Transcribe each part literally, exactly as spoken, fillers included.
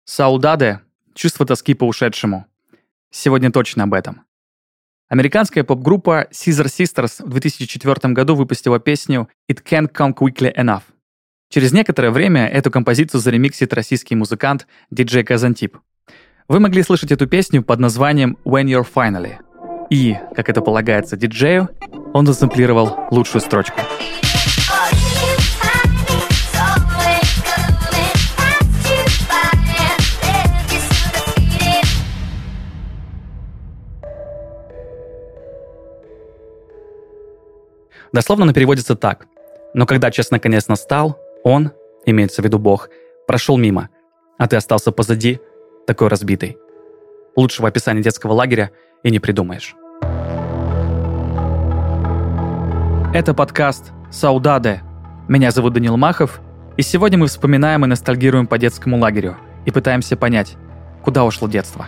Саудаде – чувство тоски по ушедшему. Сегодня точно об этом. Американская поп-группа Scissor Sisters в две тысячи четвёртом году выпустила песню «It Can't Come Quickly Enough». Через некоторое время эту композицию заремиксит российский музыкант диджей Казантип. Вы могли слышать эту песню под названием «When You're Finally». И, как это полагается диджею, он засэмплировал лучшую строчку. Дословно она переводится так. «Но когда час наконец настал, он, имеется в виду Бог, прошел мимо, а ты остался позади, такой разбитый». Лучшего описания детского лагеря и не придумаешь. Это подкаст «Саудаде». Меня зовут Данил Махов, и сегодня мы вспоминаем и ностальгируем по детскому лагерю и пытаемся понять, куда ушло детство.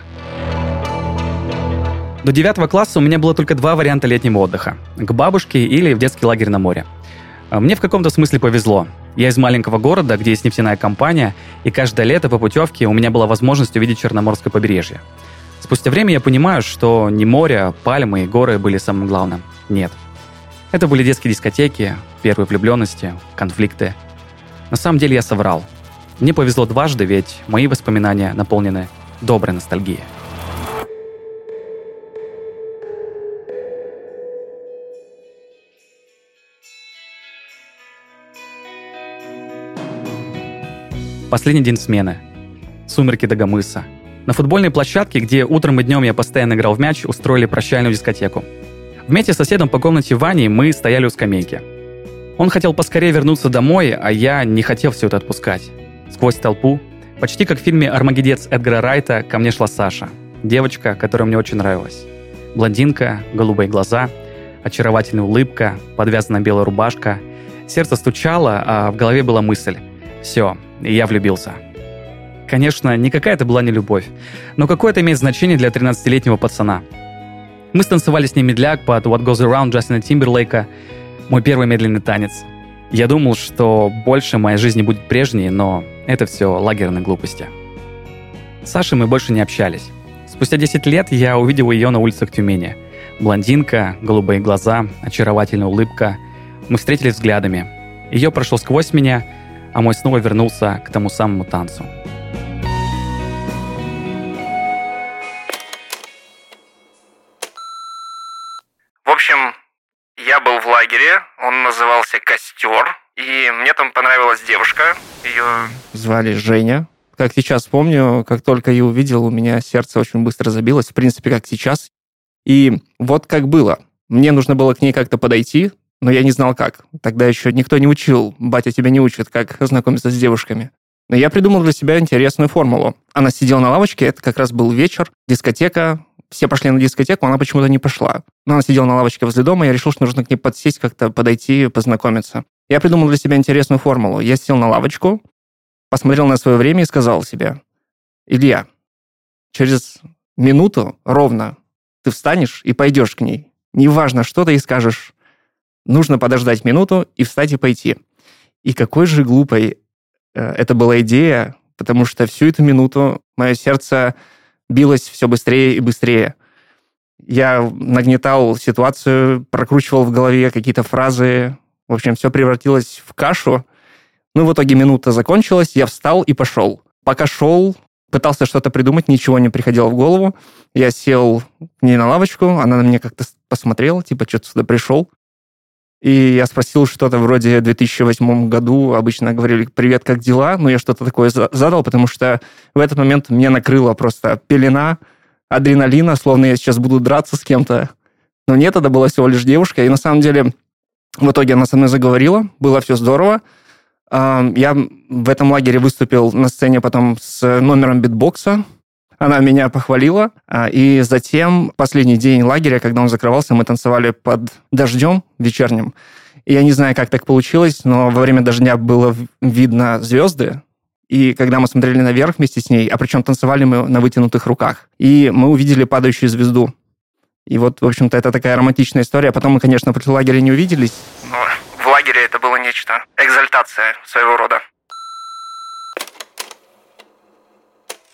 До девятого класса у меня было только два варианта летнего отдыха – к бабушке или в детский лагерь на море. Мне в каком-то смысле повезло. Я из маленького города, где есть нефтяная компания, и каждое лето по путевке у меня была возможность увидеть Черноморское побережье. Спустя время я понимаю, что не море, пальмы и горы были самым главным. Нет. Это были детские дискотеки, первые влюбленности, конфликты. На самом деле я соврал. Мне повезло дважды, ведь мои воспоминания наполнены доброй ностальгией. Последний день смены. Сумерки Дагомыса. На футбольной площадке, где утром и днем я постоянно играл в мяч, устроили прощальную дискотеку. Вместе с соседом по комнате Ваней мы стояли у скамейки. Он хотел поскорее вернуться домой, а я не хотел все это отпускать. Сквозь толпу, почти как в фильме «Армагеддец» Эдгара Райта, ко мне шла Саша. Девочка, которая мне очень нравилась. Блондинка, голубые глаза, очаровательная улыбка, подвязанная белая рубашка. Сердце стучало, а в голове была мысль: «Все, и я влюбился». Конечно, никакая это была не любовь, но какое это имеет значение для тринадцатилетнего пацана. Мы станцевали с ней медляк под «What Goes Around» Джастина Тимберлейка, мой первый медленный танец. Я думал, что больше моей жизни будет прежней, но это все лагерные глупости. С Сашей мы больше не общались. Спустя десять лет я увидел ее на улицах Тюмени. Блондинка, голубые глаза, очаровательная улыбка. Мы встретились взглядами. Ее прошел сквозь меня, а мой снова вернулся к тому самому танцу. В общем, я был в лагере, он назывался «Костер», и мне там понравилась девушка, ее звали Женя. Как сейчас помню, как только я увидел, у меня сердце очень быстро забилось, в принципе, как сейчас. И вот как было. Мне нужно было к ней как-то подойти, но я не знал как. Тогда еще никто не учил, батя тебя не учит, как знакомиться с девушками. Но я придумал для себя интересную формулу. Она сидела на лавочке, это как раз был вечер, дискотека. Все пошли на дискотеку, она почему-то не пошла. Но она сидела на лавочке возле дома, я решил, что нужно к ней подсесть, как-то подойти, познакомиться. Я придумал для себя интересную формулу. Я сел на лавочку, посмотрел на свое время и сказал себе: «Илья, через минуту ровно ты встанешь и пойдешь к ней. Неважно, что ты ей скажешь. Нужно подождать минуту и встать и пойти». И какой же глупой э, это была идея, потому что всю эту минуту мое сердце билось все быстрее и быстрее. Я нагнетал ситуацию, прокручивал в голове какие-то фразы. В общем, все превратилось в кашу. Ну, в итоге минута закончилась, я встал и пошел. Пока шел, пытался что-то придумать, ничего не приходило в голову. Я сел к ней на лавочку, она на меня как-то посмотрела, типа, что ты сюда пришел. И я спросил что-то вроде в две тысячи восьмом году, обычно говорили «Привет, как дела?», но я что-то такое задал, потому что в этот момент меня накрыла просто пелена адреналина, словно я сейчас буду драться с кем-то. Но нет, это была всего лишь девушка, и на самом деле в итоге она со мной заговорила, было все здорово. Я в этом лагере выступил на сцене потом с номером битбокса. Она меня похвалила, и затем последний день лагеря, когда он закрывался, мы танцевали под дождем вечерним. И я не знаю, как так получилось, но во время дождя было видно звезды, и когда мы смотрели наверх вместе с ней, а причем танцевали мы на вытянутых руках, и мы увидели падающую звезду. И вот, в общем-то, это такая романтичная история. Потом мы, конечно, после лагеря не увиделись. Но в лагере это было нечто. Экзальтация своего рода.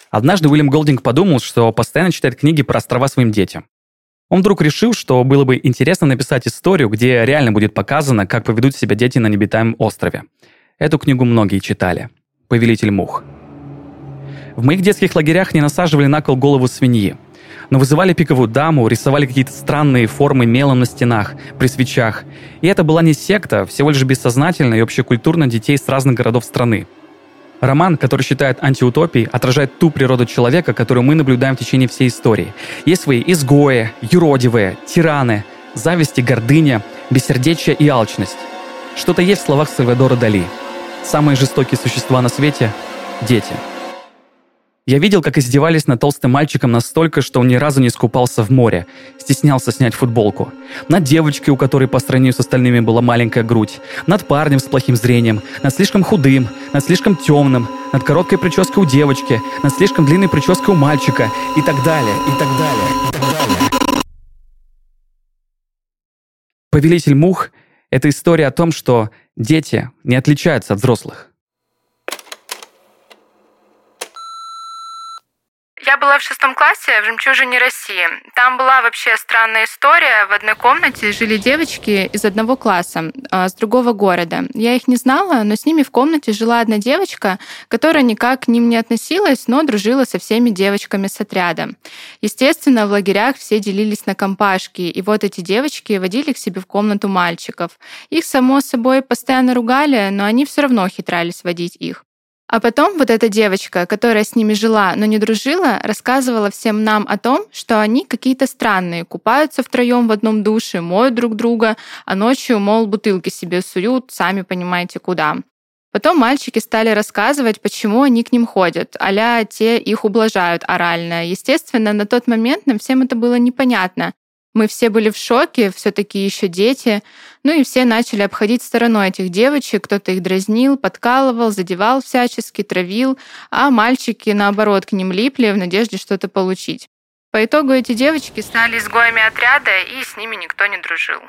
Однажды Уильям Голдинг подумал, что постоянно читает книги про острова своим детям. Он вдруг решил, что было бы интересно написать историю, где реально будет показано, как поведут себя дети на необитаемом острове. Эту книгу многие читали. «Повелитель мух». В моих детских лагерях не насаживали на кол голову свиньи, но вызывали пиковую даму, рисовали какие-то странные формы мелом на стенах, при свечах. И это была не секта, всего лишь бессознательно и общекультурно детей с разных городов страны. Роман, который считает антиутопией, отражает ту природу человека, которую мы наблюдаем в течение всей истории. Есть свои изгои, юродивые, тираны, зависть и гордыня, бессердечие и алчность. Что-то есть в словах Сальвадора Дали. Самые жестокие существа на свете – дети. Я видел, как издевались над толстым мальчиком настолько, что он ни разу не искупался в море, стеснялся снять футболку. Над девочкой, у которой по сравнению с остальными была маленькая грудь. Над парнем с плохим зрением. Над слишком худым. Над слишком темным. Над короткой прической у девочки. Над слишком длинной прической у мальчика. И так далее, и так далее, и так далее. «Повелитель мух» — это история о том, что дети не отличаются от взрослых. Я была в шестом классе в «Жемчужине России». Там была вообще странная история. В одной комнате жили девочки из одного класса, с другого города. Я их не знала, но с ними в комнате жила одна девочка, которая никак к ним не относилась, но дружила со всеми девочками с отряда. Естественно, в лагерях все делились на компашки, и вот эти девочки водили к себе в комнату мальчиков. Их, само собой, постоянно ругали, но они все равно хитрались водить их. А потом вот эта девочка, которая с ними жила, но не дружила, рассказывала всем нам о том, что они какие-то странные, купаются втроем в одном душе, моют друг друга, а ночью, мол, бутылки себе суют, сами понимаете, куда. Потом мальчики стали рассказывать, почему они к ним ходят, а-ля те их ублажают орально. Естественно, на тот момент нам всем это было непонятно. Мы все были в шоке, все-таки еще дети. Ну и все начали обходить стороной этих девочек. Кто-то их дразнил, подкалывал, задевал всячески, травил, а мальчики, наоборот, к ним липли в надежде что-то получить. По итогу эти девочки стали изгоями отряда, и с ними никто не дружил.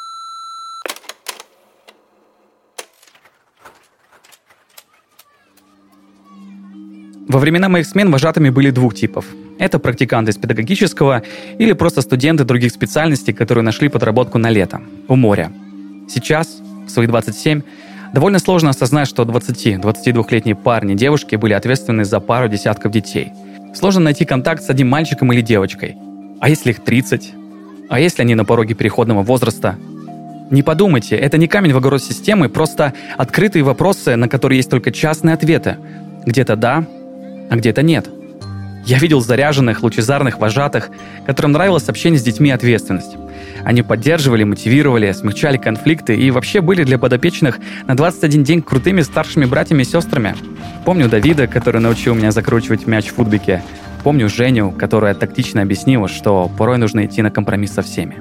Во времена моих смен вожатыми были двух типов. Это практиканты из педагогического или просто студенты других специальностей, которые нашли подработку на лето, у моря. Сейчас, в свои двадцать семь, довольно сложно осознать, что двадцати-двадцатидвухлетние парни и девушки были ответственны за пару десятков детей. Сложно найти контакт с одним мальчиком или девочкой. А если их тридцать? А если они на пороге переходного возраста? Не подумайте, это не камень в огород системы, просто открытые вопросы, на которые есть только частные ответы. Где-то да, а где-то нет. Я видел заряженных, лучезарных вожатых, которым нравилось общение с детьми и ответственность. Они поддерживали, мотивировали, смягчали конфликты и вообще были для подопечных на двадцать один день крутыми старшими братьями и сестрами. Помню Давида, который научил меня закручивать мяч в футбике. Помню Женю, которая тактично объяснила, что порой нужно идти на компромисс со всеми.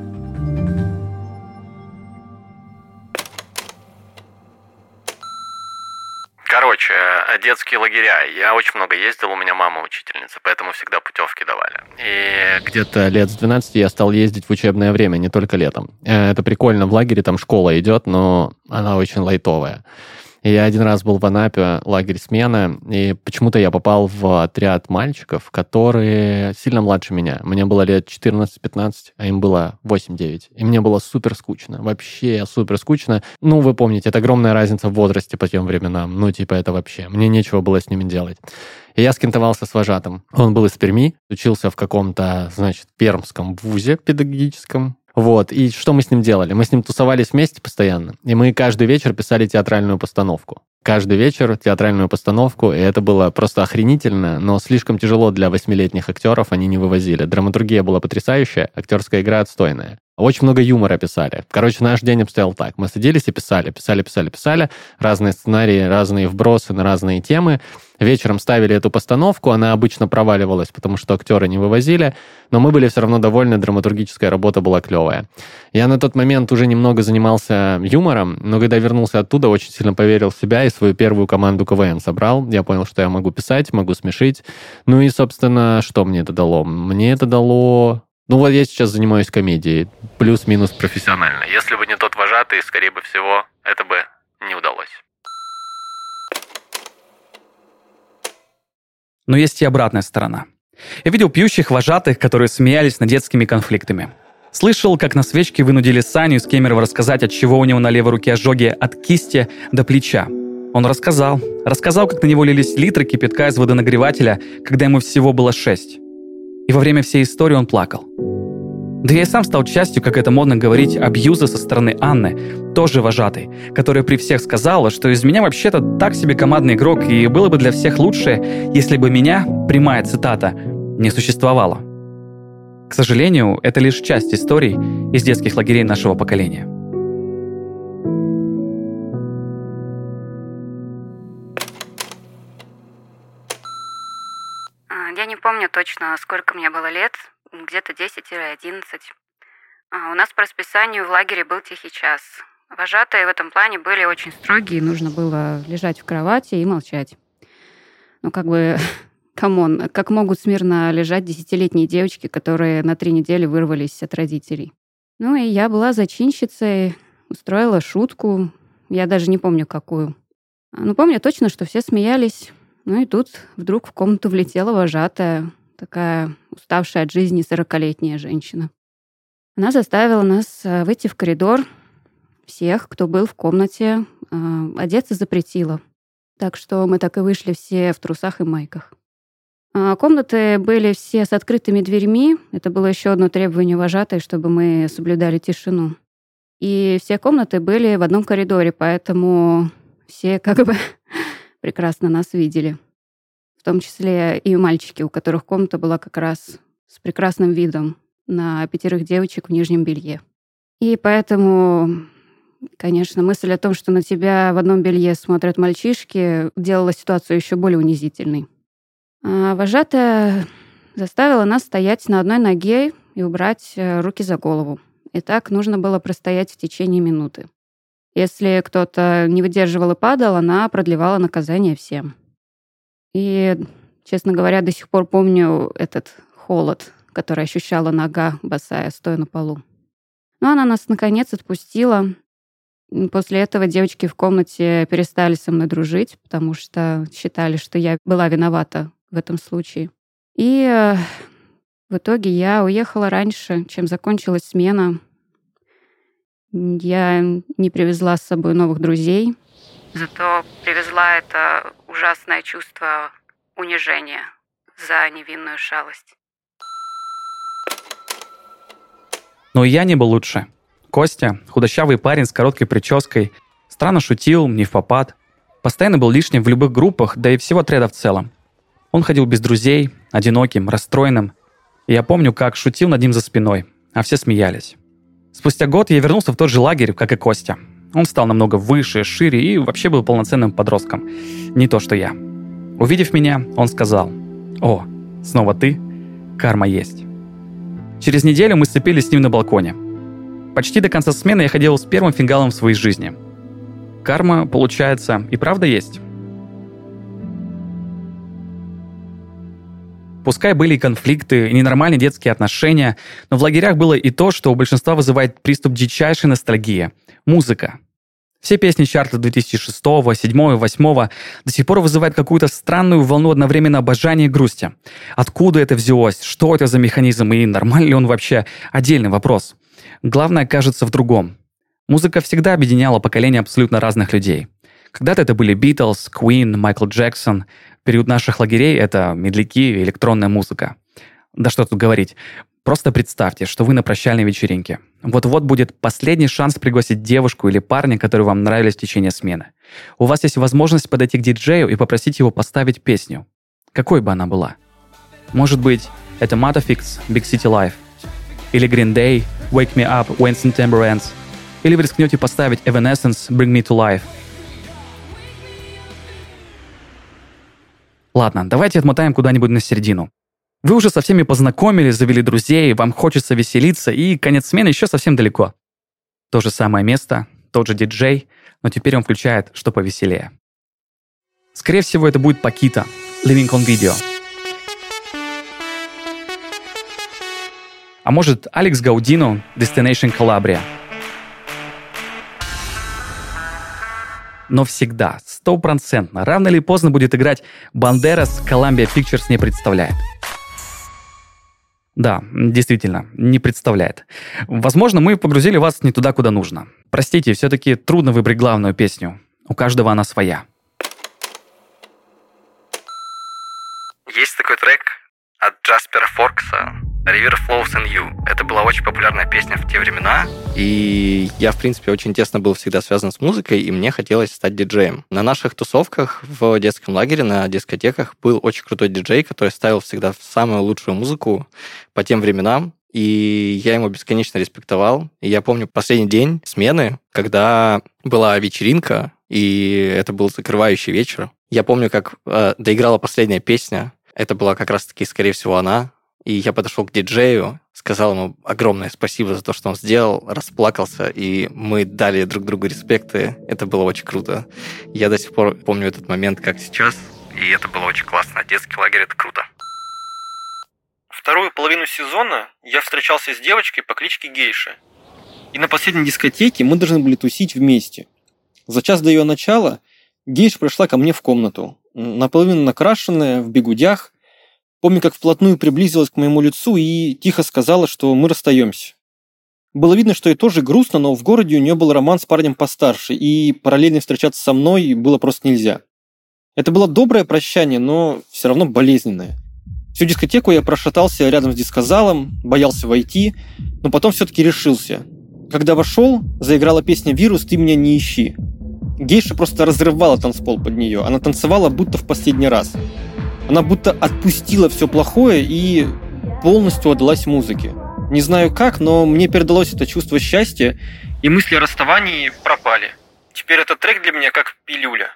Короче, детские лагеря. Я очень много ездил, у меня мама учительница, поэтому всегда путевки давали. И где-то лет с двенадцати я стал ездить в учебное время, не только летом. Это прикольно, в лагере там школа идет, но она очень лайтовая. Я один раз был в Анапе, лагерь смена, и почему-то я попал в отряд мальчиков, которые сильно младше меня. Мне было лет четырнадцать-пятнадцать, а им было восемь-девять. И мне было супер скучно, вообще супер скучно. Ну, вы помните, это огромная разница в возрасте по тем временам. Ну, типа, это вообще. Мне нечего было с ними делать. И я скинтовался с вожатым. Он был из Перми, учился в каком-то, значит, пермском вузе педагогическом. Вот, и что мы с ним делали? Мы с ним тусовались вместе постоянно, и мы каждый вечер писали театральную постановку. Каждый вечер театральную постановку, и это было просто охренительно, но слишком тяжело для восьмилетних актеров, они не вывозили. Драматургия была потрясающая, актерская игра отстойная. Очень много юмора писали. Короче, наш день обстоял так. Мы садились и писали, писали, писали, писали. Разные сценарии, разные вбросы на разные темы. Вечером ставили эту постановку, она обычно проваливалась, потому что актеры не вывозили, но мы были все равно довольны, драматургическая работа была клевая. Я на тот момент уже немного занимался юмором, но когда вернулся оттуда, очень сильно поверил в себя и свою первую команду КВН собрал. Я понял, что я могу писать, могу смешить. Ну и, собственно, что мне это дало? Мне это дало... Ну вот я сейчас занимаюсь комедией, плюс-минус профессионально. Если бы не тот вожатый, скорее бы всего, это бы не удалось. Но есть и обратная сторона. Я видел пьющих вожатых, которые смеялись над детскими конфликтами. Слышал, как на свечке вынудили Саню из Кемерово рассказать, от чего у него на левой руке ожоги от кисти до плеча. Он рассказал. Рассказал, как на него лились литры кипятка из водонагревателя, когда ему всего было шесть. И во время всей истории он плакал. Да я и сам стал частью, как это модно говорить, абьюза со стороны Анны, тоже вожатой, которая при всех сказала, что из меня вообще-то так себе командный игрок, и было бы для всех лучше, если бы меня, прямая цитата, не существовало. К сожалению, это лишь часть историй из детских лагерей нашего поколения. Я не помню точно, сколько мне было лет, где-то десять или одиннадцать. У нас по расписанию в лагере был тихий час. Вожатые в этом плане были очень строгие, нужно было лежать в кровати и молчать. Ну, как бы, камон, как могут смирно лежать десятилетние девочки, которые на три недели вырвались от родителей? Ну, и я была зачинщицей, устроила шутку, я даже не помню, какую. Но помню точно, что все смеялись. Ну, и тут вдруг в комнату влетела вожатая, такая уставшая от жизни сорокалетняя женщина. Она заставила нас выйти в коридор. Всех, кто был в комнате, одеться запретила. Так что мы так и вышли все в трусах и майках. Комнаты были все с открытыми дверьми. Это было еще одно требование вожатой, чтобы мы соблюдали тишину. И все комнаты были в одном коридоре, поэтому все как бы прекрасно нас видели. В том числе и мальчики, у которых комната была как раз с прекрасным видом на пятерых девочек в нижнем белье. И поэтому, конечно, мысль о том, что на тебя в одном белье смотрят мальчишки, делала ситуацию еще более унизительной. А вожатая заставила нас стоять на одной ноге и убрать руки за голову. И так нужно было простоять в течение минуты. Если кто-то не выдерживал и падал, она продлевала наказание всем. И, честно говоря, до сих пор помню этот холод, который ощущала нога босая, стоя на полу. Но она нас, наконец, отпустила. После этого девочки в комнате перестали со мной дружить, потому что считали, что я была виновата в этом случае. И э, в итоге я уехала раньше, чем закончилась смена. Я не привезла с собой новых друзей. Зато привезла это ужасное чувство унижения за невинную шалость. Но и я не был лучше. Костя, худощавый парень с короткой прической, странно шутил, не впопад. Постоянно был лишним в любых группах, да и всего отряда в целом. Он ходил без друзей, одиноким, расстроенным. И я помню, как шутил над ним за спиной, а все смеялись. Спустя год я вернулся в тот же лагерь, как и Костя. Он стал намного выше, шире и вообще был полноценным подростком. Не то, что я. Увидев меня, он сказал: «О, снова ты? Карма есть». Через неделю мы сцепились с ним на балконе. Почти до конца смены я ходил с первым фингалом в своей жизни. Карма, получается, и правда есть. Пускай были и конфликты, и ненормальные детские отношения, но в лагерях было и то, что у большинства вызывает приступ дичайшей ностальгии – музыка. Все песни чарта две тысячи шестого, две тысячи седьмого, две тысячи восьмого до сих пор вызывают какую-то странную волну одновременно обожания и грусти. Откуда это взялось? Что это за механизм? И нормальный ли он вообще? Отдельный вопрос. Главное, кажется, в другом. Музыка всегда объединяла поколения абсолютно разных людей. Когда-то это были Beatles, Queen, Майкл Джексон. В период наших лагерей это медляки и электронная музыка. Да что тут говорить. Просто представьте, что вы на прощальной вечеринке. Вот-вот будет последний шанс пригласить девушку или парня, которые вам нравились в течение смены. У вас есть возможность подойти к диджею и попросить его поставить песню. Какой бы она была? Может быть, это Matafix, Big City Life? Или Green Day, Wake Me Up When September Ends? Или вы рискнете поставить Evanescence, Bring Me to Life? Ладно, давайте отмотаем куда-нибудь на середину. Вы уже со всеми познакомились, завели друзей, вам хочется веселиться, и конец смены еще совсем далеко. То же самое место, тот же диджей, но теперь он включает что повеселее. Скорее всего, это будет Пакита, Living on Video. А может, Алекс Гаудино, Destination Calabria. Но всегда, стопроцентно, рано или поздно будет играть Бандерас, Columbia Pictures не представляет. Да, действительно, не представляет. Возможно, мы погрузили вас не туда, куда нужно. Простите, все-таки трудно выбрать главную песню. У каждого она своя. Есть такой трек от Джаспера Форкса «River Flows in You». Это была очень популярная песня в те времена. И я, в принципе, очень тесно был всегда связан с музыкой, и мне хотелось стать диджеем. На наших тусовках в детском лагере, на дискотеках был очень крутой диджей, который ставил всегда самую лучшую музыку по тем временам. И я ему бесконечно респектовал. И я помню последний день смены, когда была вечеринка, и это был закрывающий вечер. Я помню, как э, доиграла последняя песня. Это была как раз-таки, скорее всего, она. И я подошел к диджею, сказал ему огромное спасибо за то, что он сделал, расплакался, и мы дали друг другу респекты. Это было очень круто. Я до сих пор помню этот момент, как сейчас, и это было очень классно. Детский лагерь — это круто. Вторую половину сезона я встречался с девочкой по кличке Гейша. И на последней дискотеке мы должны были тусить вместе. За час до ее начала Гейша пришла ко мне в комнату, наполовину накрашенная, в бигудях. Помню, как вплотную приблизилась к моему лицу и тихо сказала, что мы расстаемся. Было видно, что ей тоже грустно, но в городе у нее был роман с парнем постарше, и параллельно встречаться со мной было просто нельзя. Это было доброе прощание, но все равно болезненное. Всю дискотеку я прошатался рядом с дискозалом, боялся войти, но потом все-таки решился. Когда вошел, заиграла песня «Вирус, ты меня не ищи». Гейша просто разрывала танцпол под нее. Она танцевала будто в последний раз. Она будто отпустила все плохое и полностью отдалась музыке. Не знаю как, но мне передалось это чувство счастья, и мысли о расставании пропали. Теперь этот трек для меня как пилюля.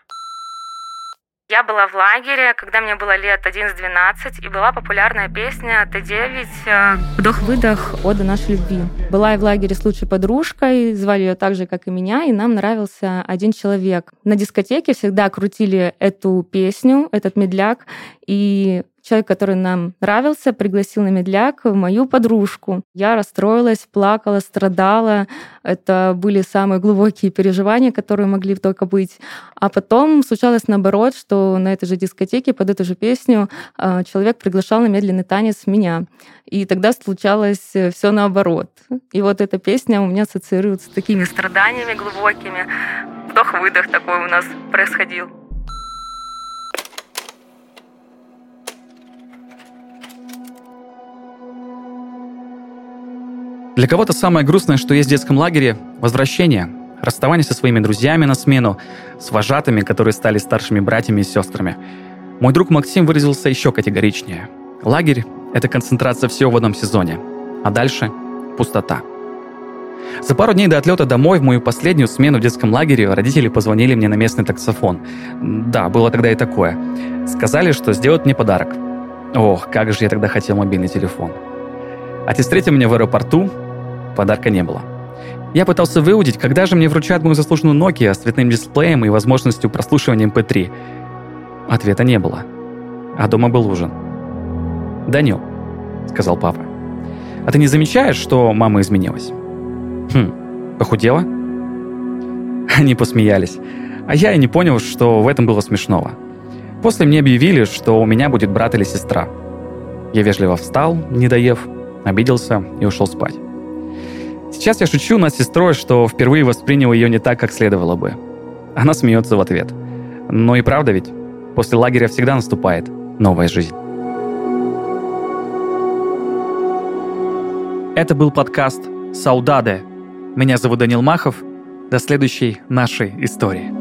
Я была в лагере, когда мне было лет одиннадцать-двенадцать, и была популярная песня Т девять «Вдох-выдох. Ода нашей любви». Была я в лагере с лучшей подружкой, звали ее так же, как и меня, и нам нравился один человек. На дискотеке всегда крутили эту песню, этот медляк, и человек, который нам нравился, пригласил на медляк мою подружку. Я расстроилась, плакала, страдала. Это были самые глубокие переживания, которые могли только быть. А потом случалось наоборот, что на этой же дискотеке под эту же песню человек приглашал на медленный танец меня. И тогда случалось все наоборот. И вот эта песня у меня ассоциируется с такими страданиями глубокими. Вдох-выдох такой у нас происходил. Для кого-то самое грустное, что есть в детском лагере – возвращение, расставание со своими друзьями на смену, с вожатыми, которые стали старшими братьями и сестрами. Мой друг Максим выразился еще категоричнее. Лагерь – это концентрация всего в одном сезоне, а дальше – пустота. За пару дней до отлета домой в мою последнюю смену в детском лагере родители позвонили мне на местный таксофон. Да, было тогда и такое. Сказали, что сделают мне подарок. Ох, как же я тогда хотел мобильный телефон. Отец встретил меня в аэропорту, подарка не было. Я пытался выудить, когда же мне вручат мою заслуженную Nokia с цветным дисплеем и возможностью прослушивания эм пэ три. Ответа не было. А дома был ужин. «Данил», — сказал папа, — «а ты не замечаешь, что мама изменилась?» «Хм, похудела?» Они посмеялись, а я и не понял, что в этом было смешного. После мне объявили, что у меня будет брат или сестра. Я вежливо встал, не доев, обиделся и ушел спать. Сейчас я шучу над сестрой, что впервые воспринял ее не так, как следовало бы. Она смеется в ответ. Но и правда ведь, после лагеря всегда наступает новая жизнь. Это был подкаст «Саудаде». Меня зовут Данил Махов. До следующей нашей истории.